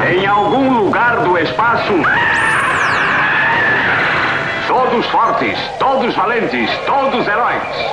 Em algum lugar do espaço, todos fortes, todos valentes, todos heróis.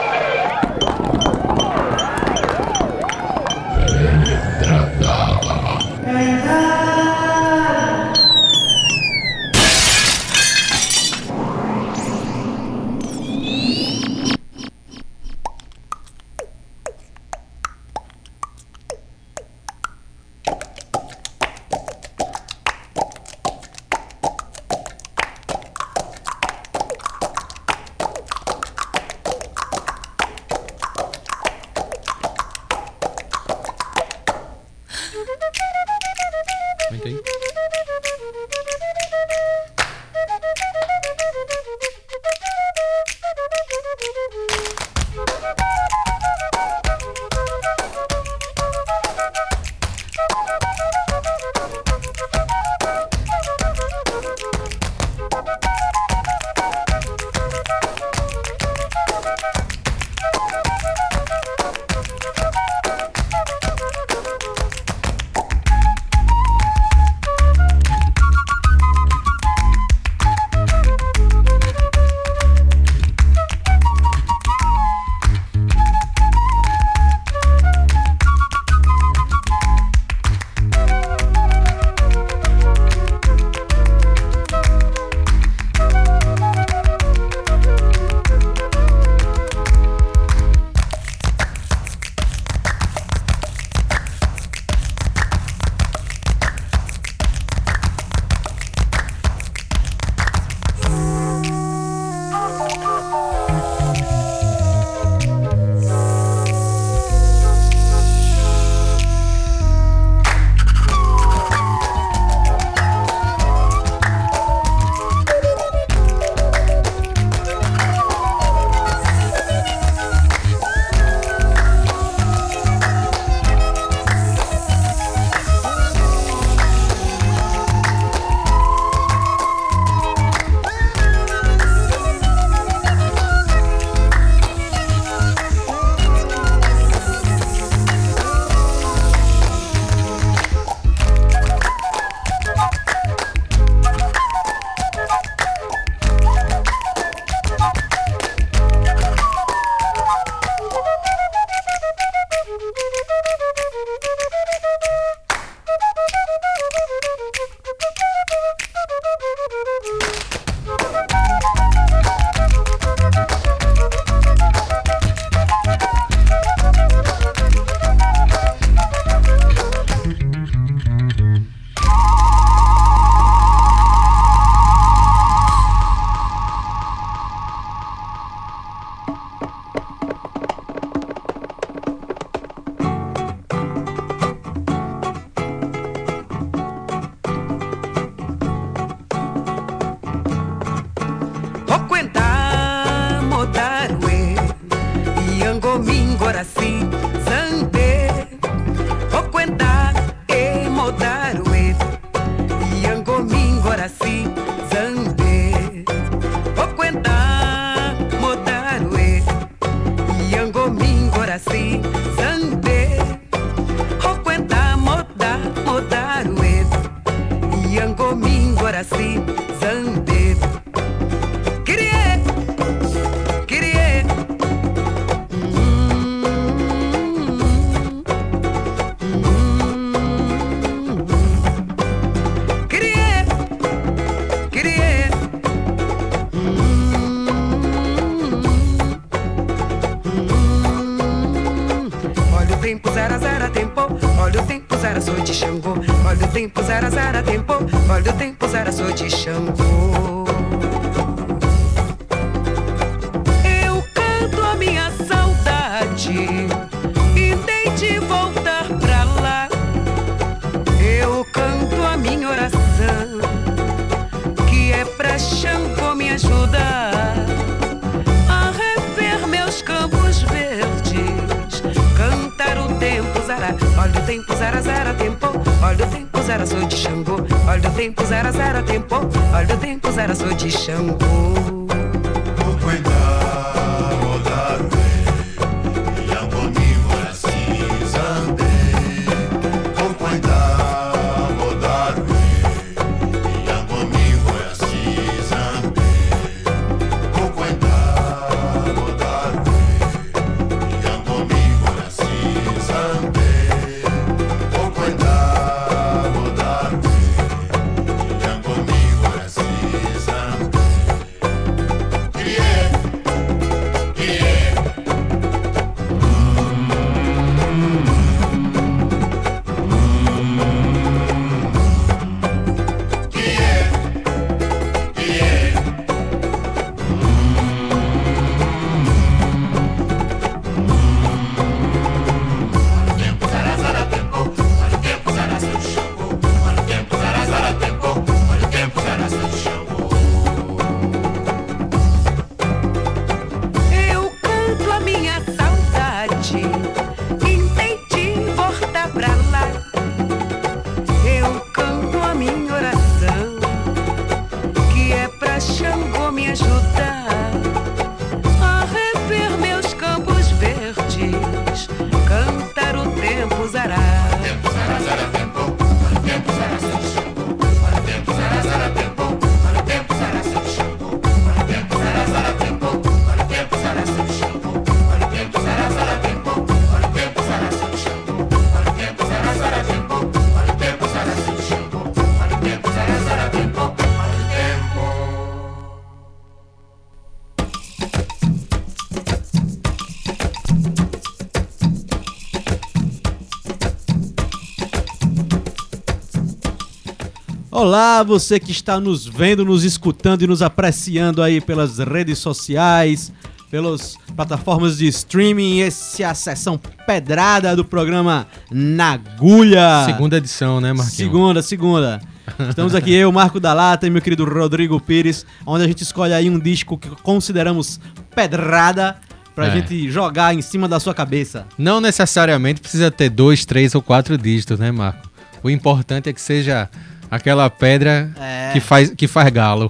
Olá, você que está nos vendo, nos escutando e nos apreciando aí pelas redes sociais, pelas plataformas de streaming. Essa é a sessão pedrada do programa Na Agulha. Segunda edição, né, Marquinhos? Segunda. Estamos aqui, eu, Marco da Lata e meu querido Rodrigo Pires, onde a gente escolhe aí um disco que consideramos pedrada pra gente jogar em cima da sua cabeça. Não necessariamente precisa ter 2, 3 ou 4 dígitos, né, Marco? O importante é que seja aquela pedra que faz galo.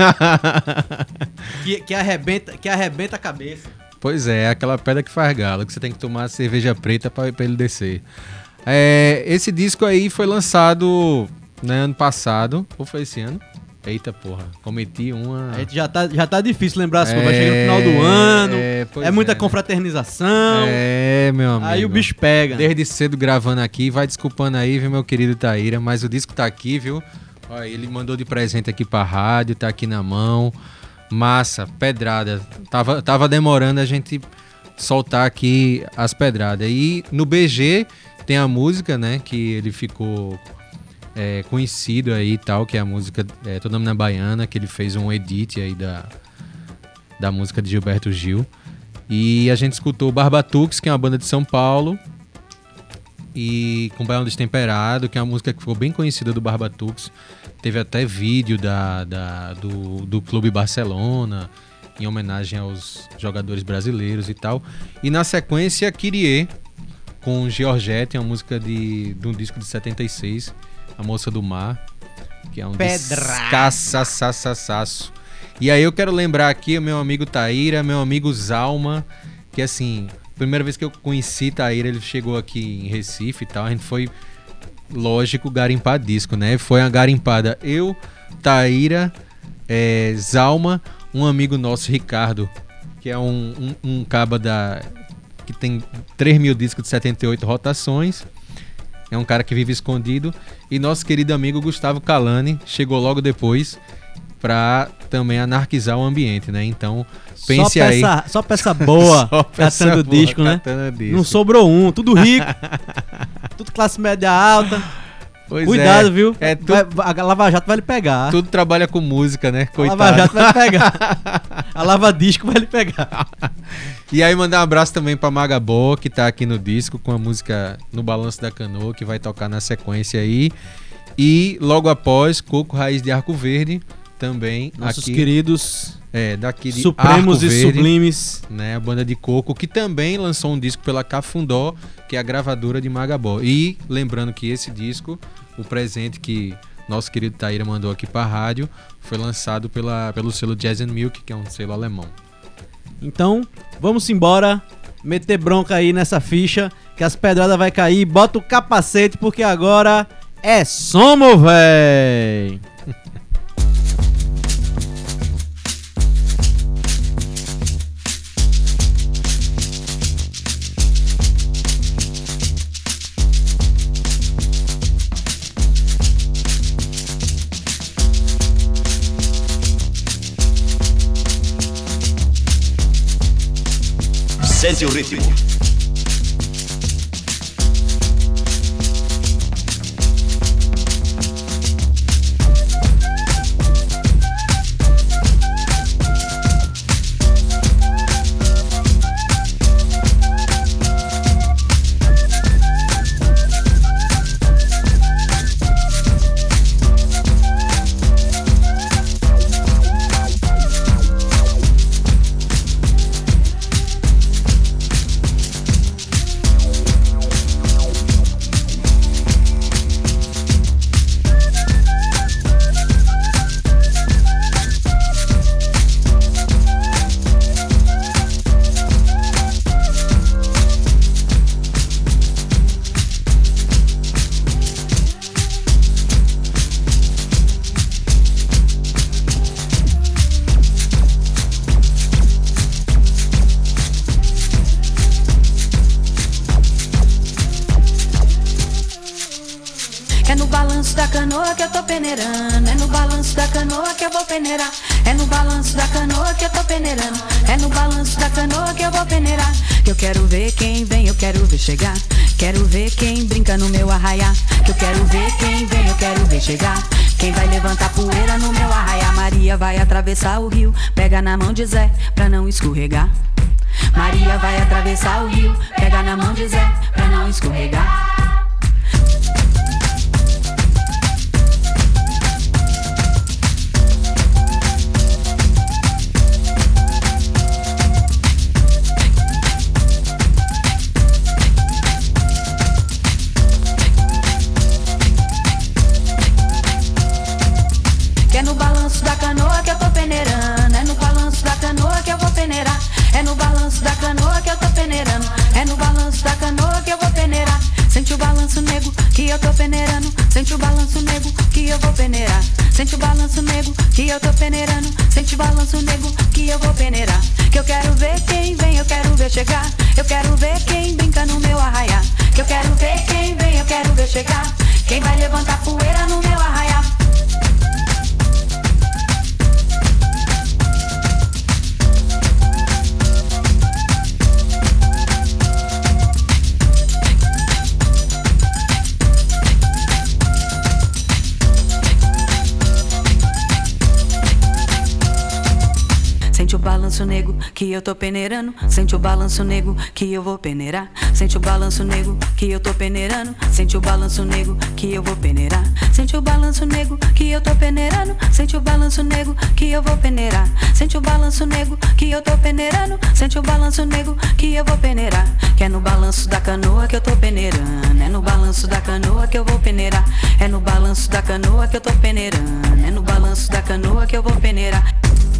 que arrebenta a cabeça. Pois é, aquela pedra que faz galo, que você tem que tomar cerveja preta pra ele descer. Esse disco aí foi lançado, né, ano passado, ou foi esse ano? Eita porra, cometi uma... Já tá difícil lembrar as coisas, vai chegar no final do ano, muita confraternização. Meu amigo. Aí o bicho pega. Desde cedo gravando aqui, vai desculpando aí, viu, meu querido Taíra, mas o disco tá aqui, viu? Olha, ele mandou de presente aqui pra rádio, tá aqui na mão. Massa, pedrada. Tava demorando a gente soltar aqui as pedradas. E no BG tem a música, né, que ele ficou conhecido aí e tal, que é a música Tô Nome na Baiana, que ele fez um edit aí da música de Gilberto Gil. E a gente escutou Barbatux, que é uma banda de São Paulo, e com Baião Destemperado, que é uma música que ficou bem conhecida do Barbatux. Teve até vídeo do Clube Barcelona, em homenagem aos jogadores brasileiros e tal. E na sequência, Kyrie, com Georgette, uma música de um disco de 76, A Moça do Mar, que é um descaçaçaçaço. E aí eu quero lembrar aqui o meu amigo Taíra, meu amigo Zalma, que assim, primeira vez que eu conheci Taíra, ele chegou aqui em Recife e tal, a gente foi, lógico, garimpar disco, né? Foi uma garimpada. Eu, Taíra, Zalma, um amigo nosso, Ricardo, que é um caba que tem 3.000 discos de 78 rotações. É um cara que vive escondido. E nosso querido amigo Gustavo Calani chegou logo depois pra também anarquizar o ambiente, né? Então, pense aí. Só peça boa, catando disco, né? Não sobrou um, tudo rico, tudo classe média alta. Pois cuidado, viu? A Lava Jato vai lhe pegar. Tudo trabalha com música, né? Coitado. A Lava Jato vai lhe pegar. A Lava Disco vai lhe pegar. E aí mandar um abraço também pra Magabó, que tá aqui no disco com a música No Balanço da Canoa, que vai tocar na sequência aí. E logo após, Coco Raiz de Arco Verde, também nossos aqui, queridos daqui de Supremos Arco e Verde, Sublimes, né, a banda de Coco, que também lançou um disco pela Cafundó, que é a gravadora de Magabó. E lembrando que esse disco, o presente que nosso querido Taíra mandou aqui pra rádio, foi lançado pelo selo Jazz & Milk, que é um selo alemão. Então, vamos embora, meter bronca aí nessa ficha, que as pedradas vai cair. Bota o capacete, porque agora é som, meu véi! Sente o ritmo. É no balanço da canoa que eu tô peneirando. É no balanço da canoa que eu vou peneirar. É no balanço da canoa que eu tô peneirando. É no balanço da canoa que eu vou peneirar. Que eu quero ver quem vem, eu quero ver chegar. Quero ver quem brinca no meu arraiá. Que eu quero ver quem vem, eu quero ver chegar. Quem vai levantar poeira no meu arraiá. Maria vai atravessar o rio, pega na mão de Zé pra não escorregar. Maria vai atravessar o rio, pega na mão de Zé pra não escorregar. É no balanço da canoa que eu tô peneirando. É no balanço da canoa que eu vou peneirar. É no balanço da canoa que eu tô peneirando. É no balanço da canoa que eu vou peneirar. Sente o balanço nego que eu tô peneirando. Sente o balanço nego que eu vou peneirar. Sente o balanço nego que eu tô peneirando. Sente o balanço nego que eu vou peneirar. Que eu quero ver quem vem, eu quero ver chegar. Eu quero ver quem brinca no meu arraiá. Que eu quero ver quem vem, eu quero ver chegar. Quem vai levantar poeira no meu arraiá. Sente o balanço nego que eu tô peneirando. Sente o balanço nego que eu vou peneirar. Sente o balanço nego que eu tô peneirando. Sente o balanço nego que eu vou peneirar. Sente o balanço nego que eu tô peneirando. Sente o balanço nego que eu vou peneirar. Sente o balanço nego que eu tô peneirando. Sente o balanço nego que eu vou peneirar. Que é no balanço da canoa que eu tô peneirando. É no balanço da canoa que eu vou peneirar. É no balanço da canoa que eu tô peneirando. É no balanço da canoa que eu vou peneirar.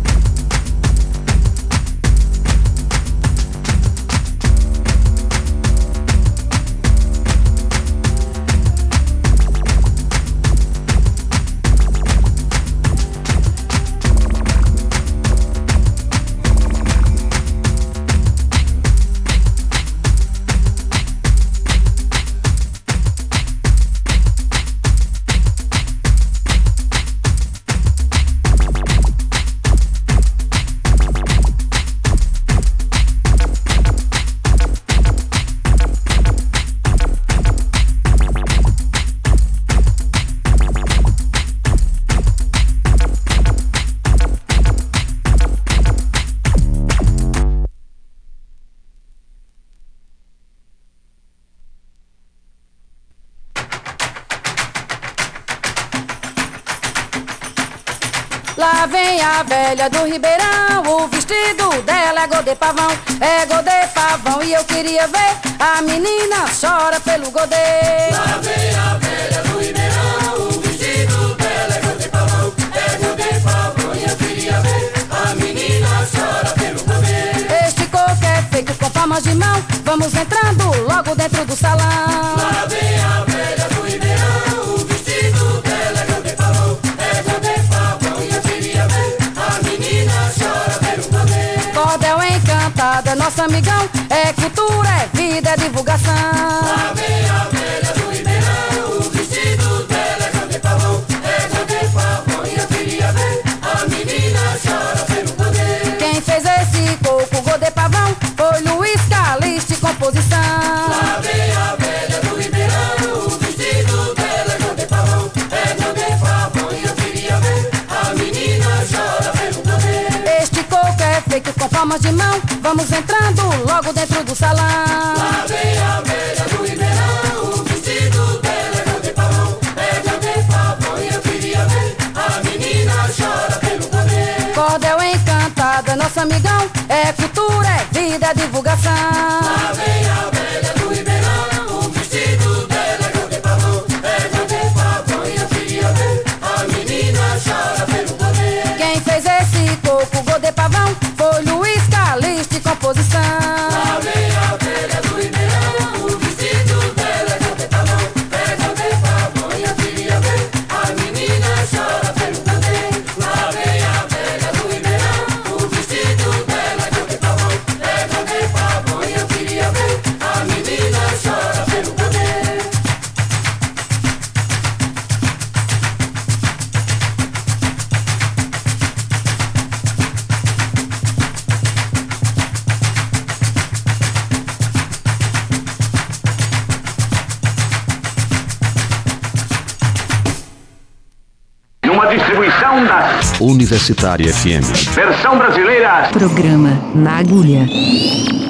Lá vem a velha do Ribeirão, o vestido dela é godê pavão, é godê pavão. E eu queria ver a menina chora pelo godê. Lá vem a velha do Ribeirão, o vestido dela é godê pavão, é godê pavão. E eu queria ver a menina chora pelo godê. Este coco é feito com palmas de mão, vamos entrando logo dentro do salão. Lá vem a velha do Ribeirão, o vestido dela é godê pavão, é godê pavão. E eu queria ver a menina chora pelo godê. Cordel encantada, nosso amigão, é cultura, é vida, é divulgação. Lá vem a velha do Ribeirão, o vestido dela é godê pavão, é godê pavão. E eu queria ver a menina chora pelo godê. Quem fez esse coco godê pavão foi Luiz Calixto, composição. Lá vem a velha do Ribeirão, o vestido dela é godê pavão, é godê pavão. E eu queria ver a menina chora pelo godê. Este coco é feito com palmas de mão, vamos entrando logo dentro do salão. Lá vem a velha do Ribeirão, o vestido dela é godê pavão, é godê pavão. E eu queria ver a menina chora pelo godê. Cordel encantada, nosso amigão, é cultura, é vida, é divulgação. Lá vem a velha do Ribeirão, o vestido dela é godê pavão, é godê pavão. E eu queria ver a menina chora pelo godê. Quem fez esse coco godê pavão foi Luiz Calixto, composição. Lá vem a velha do Ribeirão, o vestido dela é godê pavão, é godê pavão. E eu queria ver a menina chora pelo godê. Lá vem a velha do Ribeirão, o vestido dela é godê pavão, é godê pavão. E eu queria ver uma distribuição da Universitária FM. versão brasileira. Programa Na Agulha.